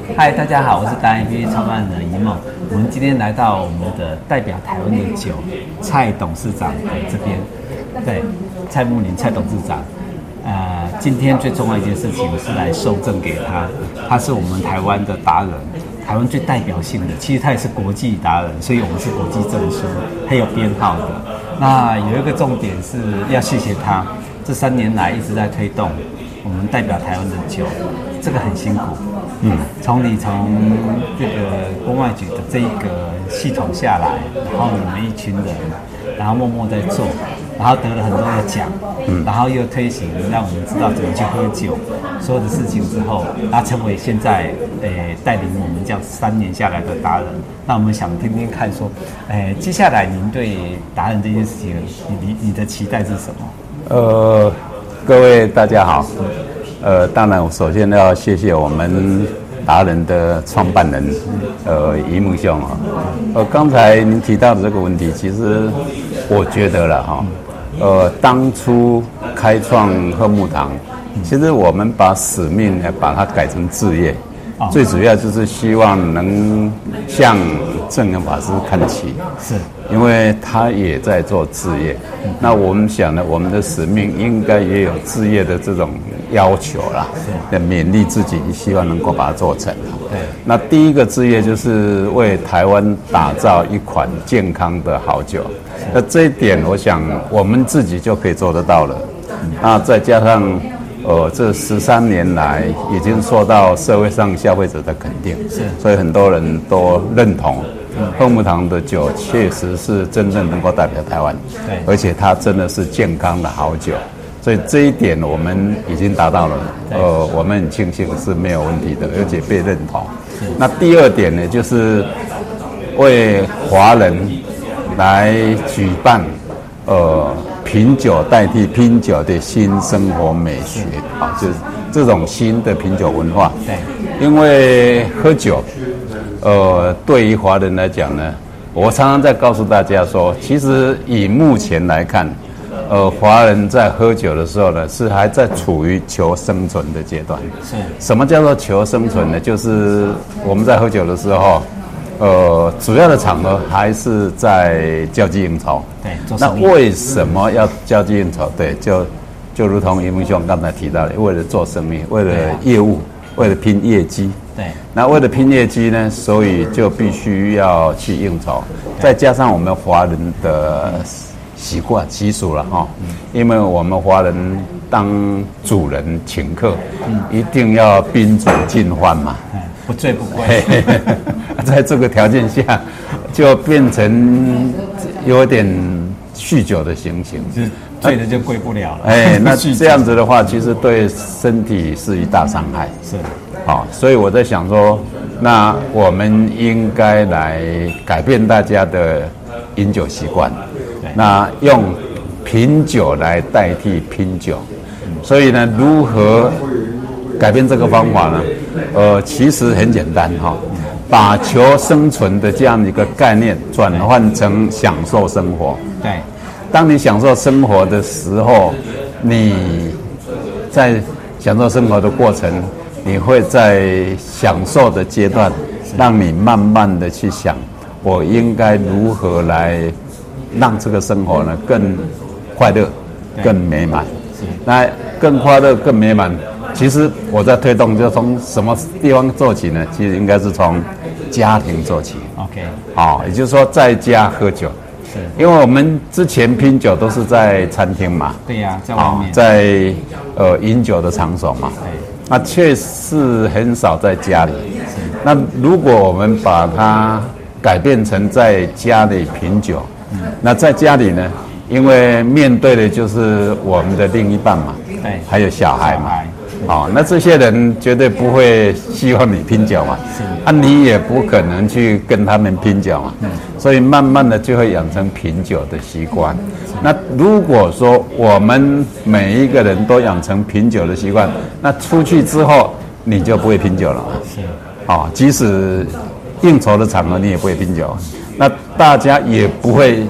嗨，大家好，我是达人 APP 创办人一梦。我们今天来到我们的代表台湾的酒蔡董事长的这边，对，蔡慕林蔡董事长。今天最重要一件事情是来受赠给他，他是我们台湾的达人，台湾最代表性的，其实他也是国际达人，所以我们是国际证书，还有编号的。那有一个重点是要谢谢他，这3年来一直在推动我们代表台湾的酒，这个很辛苦。从这个公外局的这一个系统下来，然后你们一群人，然后默默在做，然后得了很多的奖，然后又推行让我们知道怎么去喝酒，所有的事情之后，他成为现在带领我们这样3年下来的达人。那我们想听听看说，接下来您对达人这件事情，你的期待是什么？ 各位大家好。当然，我首先要谢谢我们达人的创办人，一梦兄啊。刚才您提到的这个问题，其实我觉得了哈，当初开创贺木堂，其实我们把使命把它改成志业，最主要就是希望能向正言法师看齐，是，因为他也在做志业。那我们想呢，我们的使命应该也有志业的这种要求啦，要勉励自己，希望能够把它做成。对，那第一个志业就是为台湾打造一款健康的好酒。那这一点，我想我们自己就可以做得到了。那再加上这13年来已经受到社会上消费者的肯定，是，所以很多人都认同贺木堂的酒确实是真正能够代表台湾，对，而且它真的是健康的好酒，所以这一点我们已经达到了，我们很庆幸是没有问题的，而且被认同。那第二点呢，就是为华人来举办品酒代替拼酒的新生活美学啊，就是这种新的品酒文化。对，因为喝酒，对于华人来讲呢，我常常在告诉大家说，其实以目前来看，华人在喝酒的时候呢，是还在处于求生存的阶段。是，什么叫做求生存呢？就是我们在喝酒的时候，主要的场合还是在交际应酬。对，那为什么要交际应酬？对，就如同一梦兄刚才提到的，为了做生意，为了业务，为了拼业绩。对，那为了拼业绩呢，所以就必须要去应酬，再加上我们华人的习俗了哈，因为我们华人当主人请客，一定要宾主尽欢嘛。不醉不归，在这个条件下，就变成有点酗酒的情形，就是醉了就归不了了。 那这样子的话，其实对身体是一大伤害。是，好，所以我在想说，那我们应该来改变大家的饮酒习惯，那用品酒来代替拼酒。所以呢，如何改变这个方法呢？其实很简单哈，把求生存的这样一个概念转换成享受生活。对，当你享受生活的时候，你在享受生活的过程，你会在享受的阶段，让你慢慢的去想，我应该如何来让这个生活呢更快乐、更美满。那更快乐、更美满。其实我在推动，就从什么地方做起呢？其实应该是从家庭做起。OK， 好，也就是说在家喝酒。是，因为我们之前拼酒都是在餐厅嘛。对呀，在外面。在饮酒的场所嘛。对。那确实很少在家里。那如果我们把它改变成在家里品酒，那在家里呢，因为面对的就是我们的另一半嘛，对，还有小孩嘛。那这些人绝对不会希望你拼酒嘛，你也不可能去跟他们拼酒嘛，所以慢慢的就会养成品酒的习惯。那如果说我们每一个人都养成品酒的习惯，那出去之后你就不会拼酒了嘛，即使应酬的场合你也不会拼酒，那大家也不会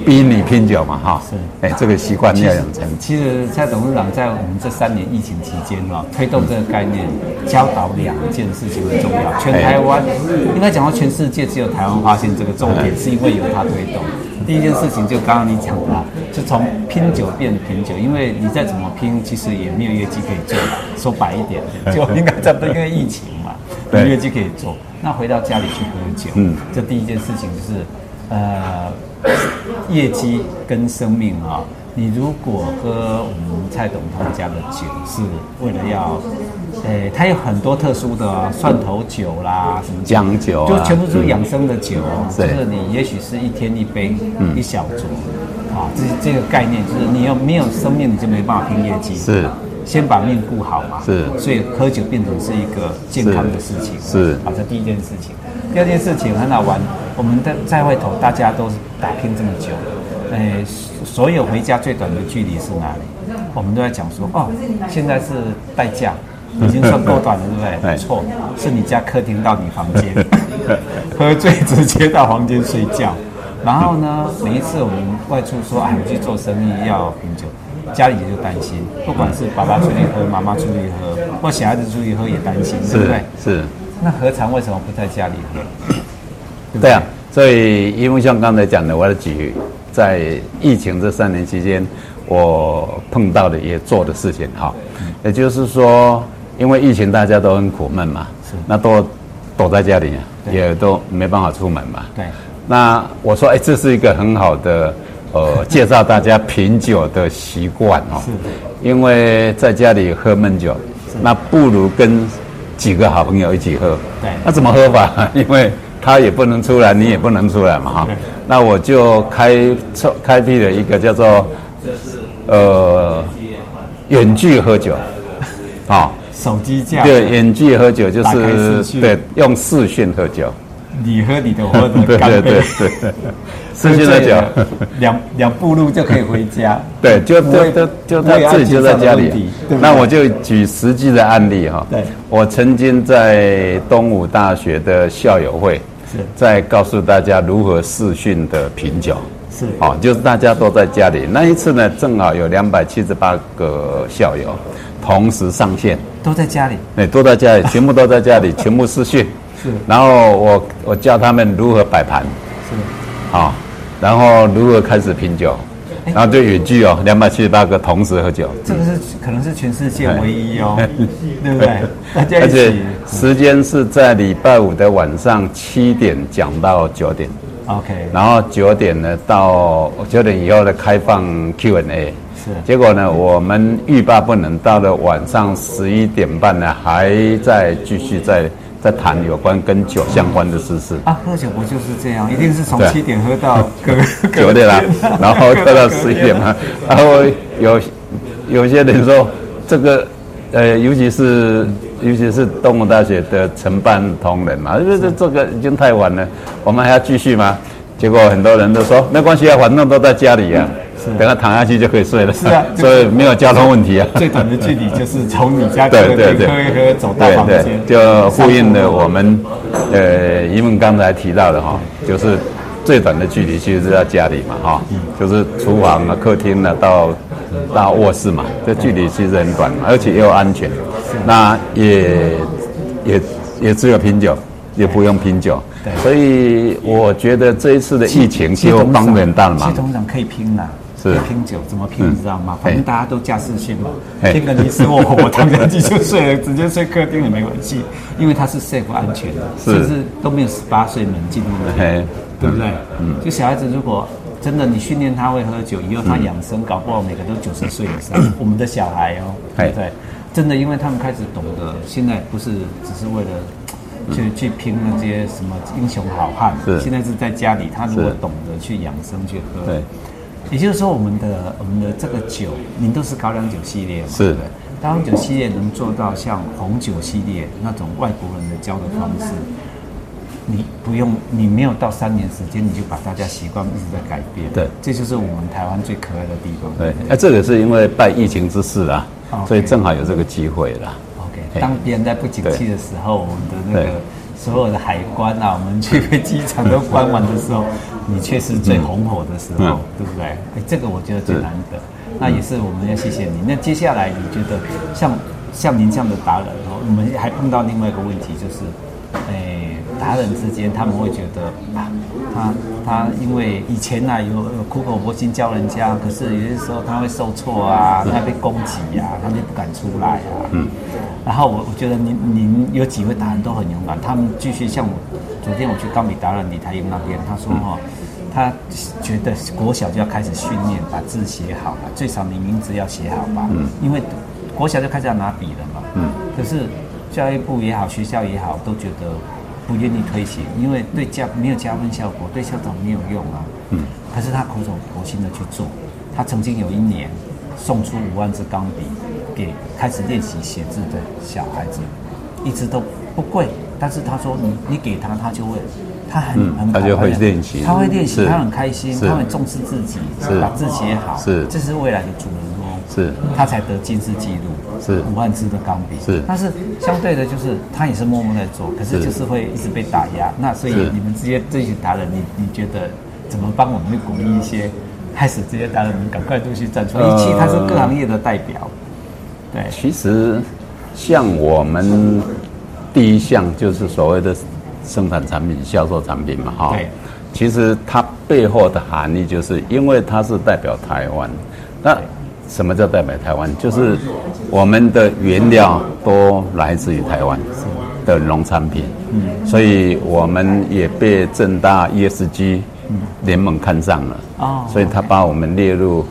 逼你拼酒嘛，哈。 是， 这个习惯要养成。 其实蔡董事长在我们这3年疫情期间推动这个概念，教导2件事情很重要。全台湾应该讲到全世界，只有台湾发现这个重点，是因为有他推动。第一件事情就刚刚你讲的，就从拼酒变品酒，因为你再怎么拼，其实也没有业绩可以做嘛。说白一点，就应该这样，因为疫情嘛，没业绩可以做。那回到家里去喝酒，这第一件事情就是业绩跟生命你如果喝我们蔡董他们家的酒，是为了要，它有很多特殊的蒜头酒啦，什么姜酒就全部是养生的酒，就是你也许是1天1杯，一小酌，这个概念就是你没有生命，你就没办法拼业绩。是。先把命顾好嘛，是，所以喝酒变成是一个健康的事情，是，这第一件事情。第二件事情很好玩，我们在外头大家都打拼这么久，所有回家最短的距离是哪里？我们都在讲说，现在是代驾，已经算够短了，对不对？错，是你家客厅到你房间，喝醉直接到房间睡觉。然后呢，每一次我们外出说，我去做生意要品酒。家里就担心，不管是爸爸出去喝，妈妈出去喝，或小孩子出去喝也担心，对不对？是。那何尝为什么不在家里喝？ 对啊，所以因为像刚才讲的，我要举在疫情这3年期间，我碰到的也做的事情也就是说，因为疫情大家都很苦闷嘛，那都躲在家里，也都没办法出门嘛。对。那我说，这是一个很好的。介绍大家品酒的习惯因为在家里喝闷酒，那不如跟几个好朋友一起喝。对，那怎么喝法？因为他也不能出来，你也不能出来嘛那我就开辟了一个叫做远距喝酒手机架。 对，远距喝酒就是对用视讯喝酒。 你喝你的，我喝的，干杯。对， 视讯喝酒， 两步路就可以回家。 对，就他自己就在家里。那我就举实际的案例对，我曾经在东吴大学的校友会，在告诉大家如何视讯的品酒。是，就是大家都在家里。那一次呢，正好有278个校友同时上线， 都在家里。 对，都在家里，全部都在家里，全部视讯。然后我教他们如何摆盘，然后如何开始品酒，然后就远距278个同时喝酒。 这个可能是全世界唯一对不对？大家而且时间是在礼拜5的晚上7点讲到9点。OK。然后9点呢到9点以后呢开放 Q&A。是。结果呢我们欲罢不能，到了晚上11点半呢还在继续在谈有关跟酒相关的知识喝酒不就是这样？一定是从7点喝到 9点啦，然后喝到11点嘛。然后有些人说这个尤其是东吴大学的承办同仁嘛，这个已经太晚了，我们还要继续吗？结果很多人都说没关系反正都在家里等他躺下去就可以睡了。是啊，所以没有交通问题最短的距离就是从你家客厅喝一喝走到房间。 就呼应了我们宜梦刚才提到的就是最短的距离其实是在家里嘛就是厨房客厅到卧室嘛，这距离其实很短嘛，而且又安全。那也只有品酒，也不用拼酒。所以我觉得这一次的疫情就帮很大的忙。 系统长可以拼啦。拼酒怎么拼你知道吗？反正大家都架视讯嘛，拼个你死我活，我躺下去就睡了，直接睡客厅也没关系，因为它是 safe 安全的，甚至都没有18岁能进入的，对不对？就小孩子如果真的你训练他会喝酒，以后他养生，搞不好每个都90岁以上。我们的小孩对不对？真的，因为他们开始懂得，现在不是只是为了去拼那些什么英雄好汉，现在是在家里，他如果懂得去养生去喝。对。也就是说，我们的这个酒，您都是高粱酒系列嘛？是。高粱酒系列能做到像红酒系列那种外国人的教的方式，你没有到3年时间，你就把大家习惯一直在改变。对，这就是我们台湾最可爱的地方。 对，这个是因为拜疫情之势啦，所以正好有这个机会啦。 OK，当别人在不景气的时候，我们的那个所有的海关啊，我们去飞机场都关完的时候，你却是最红火的时候，对不对？这个我觉得最难得。那也是我们要谢谢你。那接下来你觉得像您这样的达人哦，我们还碰到另外一个问题就是，达人之间他们会觉得他因为以前啊有苦口婆心教人家，可是有些时候他会受挫啊，他被攻击啊，他就不敢出来啊。然后我觉得您有几位达人都很勇敢，他们继续像昨天我去高米达人李台英那边，他说他觉得国小就要开始训练，把字写好了，最少你名字要写好吧，因为国小就开始要拿笔了嘛，可是教育部也好，学校也好，都觉得不愿意推行，因为没有加分效果，对校长没有用啊。可是他苦口婆心的去做，他曾经有一年送出5万支钢笔给开始练习写字的小孩子，一直都不贵，但是他说你给他，他就会。 他就会练习， 他会练习，他很开心，他很重视自己，把字写好，这是未来的主人翁，他才得金氏纪录，5万支的钢笔，但是相对的，就是他也是默默在做，可是就是会一直被打压。那所以你们这些达人，你觉得怎么帮我们去鼓励一些开始这些达人们赶快都去站出来？其实他是各行业的代表，对。 其实像我们第一项就是所谓的生产产品、销售产品嘛， 对， 其实它背后的含义就是，因为它是代表台湾。那什么叫代表台湾？就是我们的原料都来自于台湾的农产品，所以我们也被政大 ESG 联盟看上了，所以他把我们列入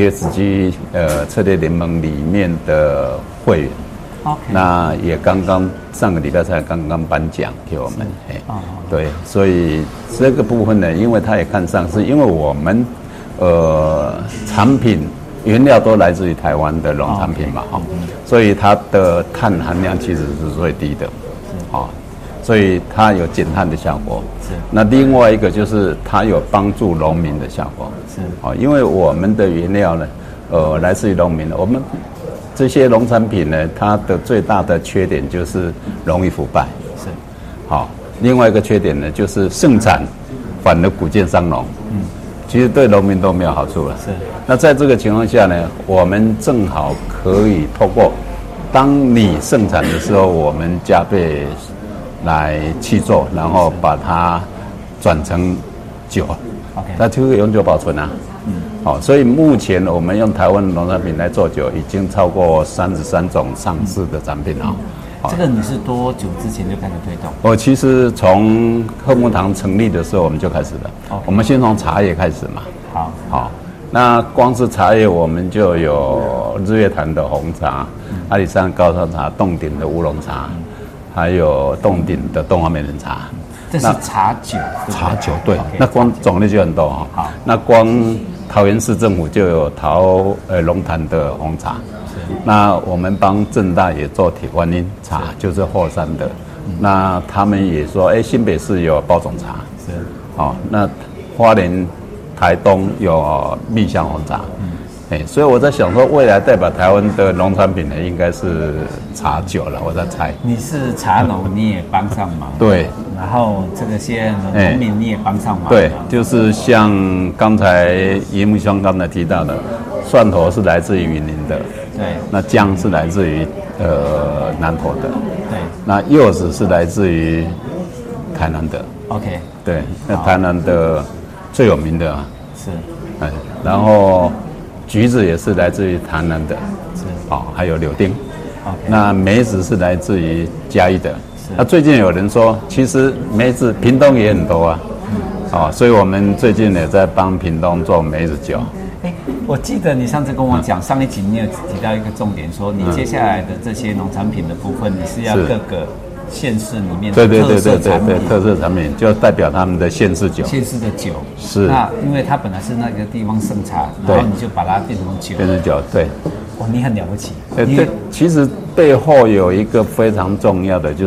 ESG 策略联盟里面的会员。那也刚刚上个礼拜才刚刚颁奖给我们，对，所以这个部分呢，因为他也看上，是因为我们产品原料都来自于台湾的农产品嘛，所以它的碳含量其实是最低的，所以它有减碳的效果。那另外一个就是它有帮助农民的效果，因为我们的原料呢，来自于农民，我们这些农产品呢，它的最大的缺点就是容易腐败。另外一个缺点呢，就是盛产反而谷贱伤农。其实对农民都没有好处了。那在这个情况下呢，我们正好可以透过当你盛产的时候，我们加倍来去做，然后把它转成酒，那就会永久保存啊。所以目前我们用台湾的农产品来做酒，已经超过33种上市的产品了。 这个你是多久之前就开始推动？ 其实从贺木堂成立的时候我们就开始了。我们先从茶叶开始嘛。好，那光是茶叶我们就有日月潭的红茶、阿里山高山茶、洞顶的乌龙茶，还有洞顶的东华美人茶。 这是茶酒， 茶酒对，那光种类就很多哈。好，那光桃园市政府就有龙潭的红茶，那我们帮政大也做铁观音茶，就是后山的。那他们也说，新北市有包种茶，那花莲、台东有蜜香红茶。所以我在想说，未来代表台湾的农产品呢，应该是茶酒了。我在猜。你是茶农，你也帮上忙。 对。 然后这个些农民你也帮上忙。 对，就是像刚才叶木兄刚才提到的，蒜头是来自于云林的。 对。 那姜是来自于南投的。 对。 那柚子是来自于台南的。 OK。 对，那台南的最有名的是。 然后。橘子也是来自于台南的，还有柳丁。那梅子是来自于嘉义的。那最近有人说，其实梅子屏东也很多啊，所以我们最近也在帮屏东做梅子酒。 我记得你上次跟我讲，上一集你有提到一个重点，说你接下来的这些农产品的部分，你是要各个县市里面的特色产品， 特色产品就代表他们的县市酒。 县市的酒是。 那因为它本来是那个地方盛产，然后你就把它变成酒。 变成酒，对。 你很了不起。 对，其实背后有一个非常重要的，就是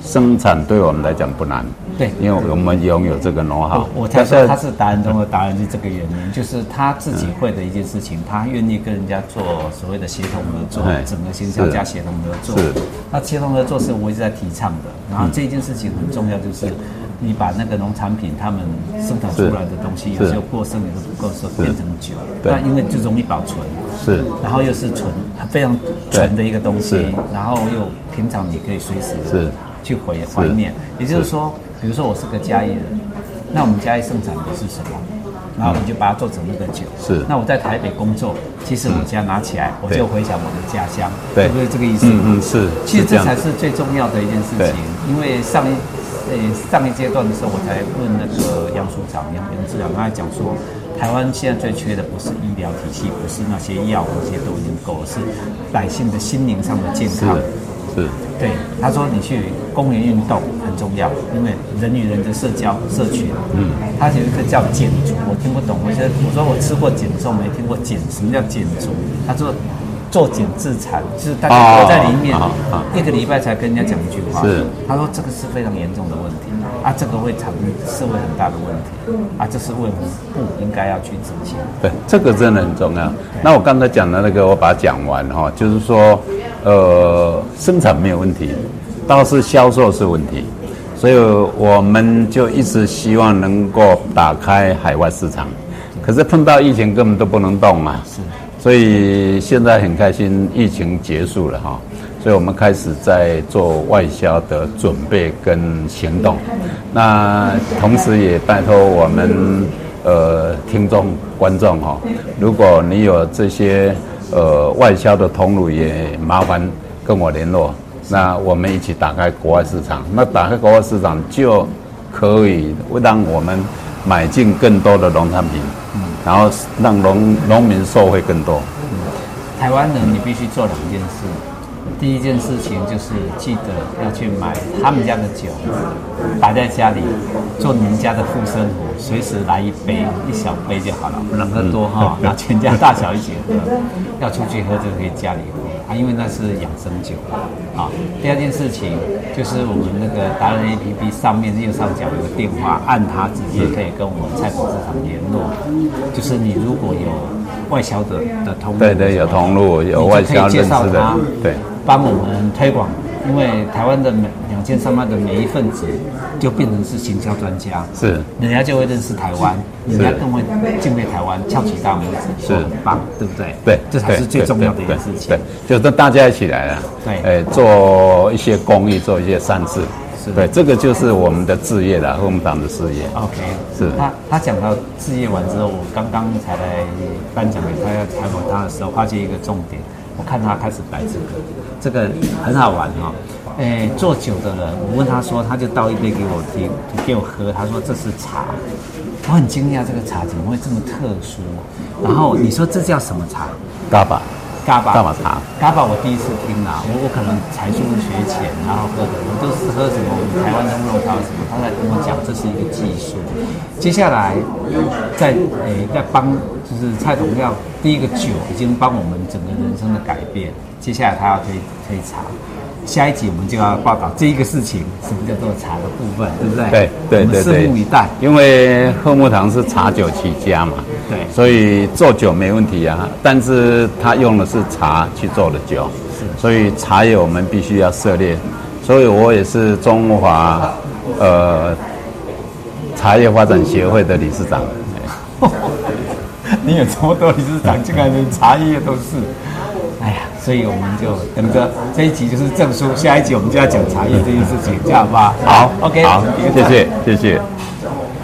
生产对我们来讲不难。 对， 因为我们拥有这个know how。 我才说他是达人中的达人，是这个原因，就是他自己会的一件事情，他愿意跟人家做所谓的协同合作，整个行销加协同合作。是，那协同合作是我一直在提倡的。然后这件事情很重要，就是你把那个农产品他们生产出来的东西，有时候过剩，有时候不够时候变成酒，那因为就容易保存，是，然后又是非常纯的一个东西，然后又平常你可以随时去怀念，也就是说。比如说我是个嘉义人，那我们嘉义盛产的是什么？然后你就把它做成那个酒。是。那我在台北工作，其实我家拿起来，我就回想我的家乡，对不对？这个意思。是。其实这才是最重要的一件事情，因为上一阶段的时候，我才问那个杨署长杨志良，他还讲说，台湾现在最缺的不是医疗体系，不是那些药，那些都已经够了，是百姓的心灵上的健康。是，对，他说你去公园运动很重要，因为人与人的社交社群，他有一个叫减足，我听不懂，我说我吃过减重，没听过减，什么叫减足？他说做减自残，就是大家活在里面，一个礼拜才跟人家讲一句话。是，他说这个是非常严重的问题啊，这个会产生社会很大的问题啊，这是卫福部应该要去执行。对，这个真的很重要。那我刚才讲的那个，我把它讲完哈，就是说。生产没有问题，倒是销售是问题，所以我们就一直希望能够打开海外市场，可是碰到疫情根本都不能动嘛，是，所以现在很开心，疫情结束了哈，所以我们开始在做外销的准备跟行动，那同时也拜托我们听众观众哈，如果你有这些。外销的通路也麻烦跟我联络，那我们一起打开国外市场。那打开国外市场就可以让我们买进更多的农产品，然后让农民受惠更多。台湾人你必须做2件事，第一件事情就是记得要去买他们家的酒，摆在家里做你们家的护身符，随时来一杯，1小杯就好了，不能喝多哈，然后全家大小一起喝。要出去喝就可以家里喝啊，因为那是养生酒啊。第2件事情就是我们那个达人 APP 上面右上角有个电话，按它直接可以跟我们菜品市场联络。就是你如果有外销的通路，对，有通路，有外销认识的，对，帮我们推广。因为台湾的2300的每一份子就变成是行销专家，是，人家就会认识台湾，人家更会敬佩台湾，翘起大拇指，是很棒，对不对？对，这才是最重要的一件事情。对，就是大家一起来了，对，做一些公益，做一些善事。对，这个就是我们的志业啦，和我们党的事业。OK， 是。他讲到志业完之后，我刚刚才来颁奖给他要采访他的时候，发现一个重点。我看他开始摆这个很好玩哈。做酒的人，我问他说，他就倒一杯给我喝，他说这是茶。我很惊讶，这个茶怎么会这么特殊？然后你说这叫什么茶？嘎巴茶。嘎巴我第一次听啦，我可能才疏学浅，然后喝的我都是喝什么台湾的乌龙茶什么，他在跟我讲这是一个技术。接下来在帮就是蔡董要第一个酒已经帮我们整个人生的改变，接下来他要推茶。下一集我们就要报道这一个事情，什么叫做茶的部分，对不对？对，我们拭目以待。因为贺木堂是茶酒起家嘛，对，所以做酒没问题啊。但是他用的是茶去做的酒，所以茶叶我们必须要涉猎。所以我也是中华茶叶发展协会的理事长。你有这么多理事长，竟然连茶叶都是。哎呀，所以我们就等着这一集就是证书，下一集我们就要讲茶叶这件事情，这样好不好？好 ，OK，好，谢谢。